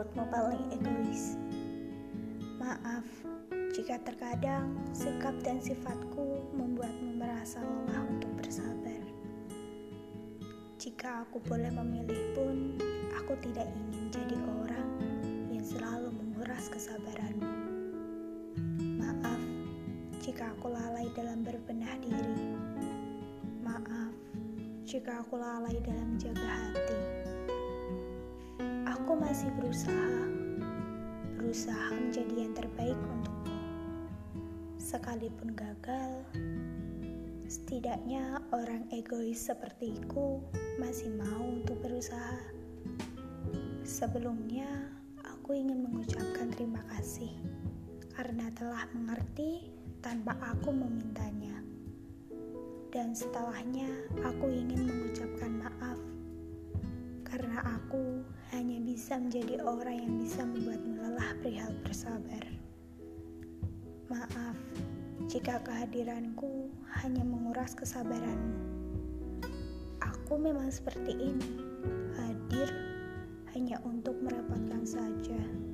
sifatmu paling egois. Maaf jika terkadang sikap dan sifatku membuatmu merasa lelah untuk bersabar. Jika aku boleh memilih pun, aku tidak ingin jadi orang yang selalu menguras kesabaranmu. Maaf jika aku lalai dalam berbenah diri. Maaf jika aku lalai dalam jaga hati. Aku masih berusaha menjadi yang terbaik untukmu. Sekalipun gagal, setidaknya orang egois sepertiku masih mau untuk berusaha. Sebelumnya, aku ingin mengucapkan terima kasih karena telah mengerti tanpa aku memintanya. Dan setelahnya, aku ingin mengucapkan maaf karena aku hanya bisa menjadi orang yang bisa membuatmu lelah perihal bersabar. Maaf jika kehadiranku hanya menguras kesabaranmu. Aku memang seperti ini, hadir hanya untuk merepotkan saja.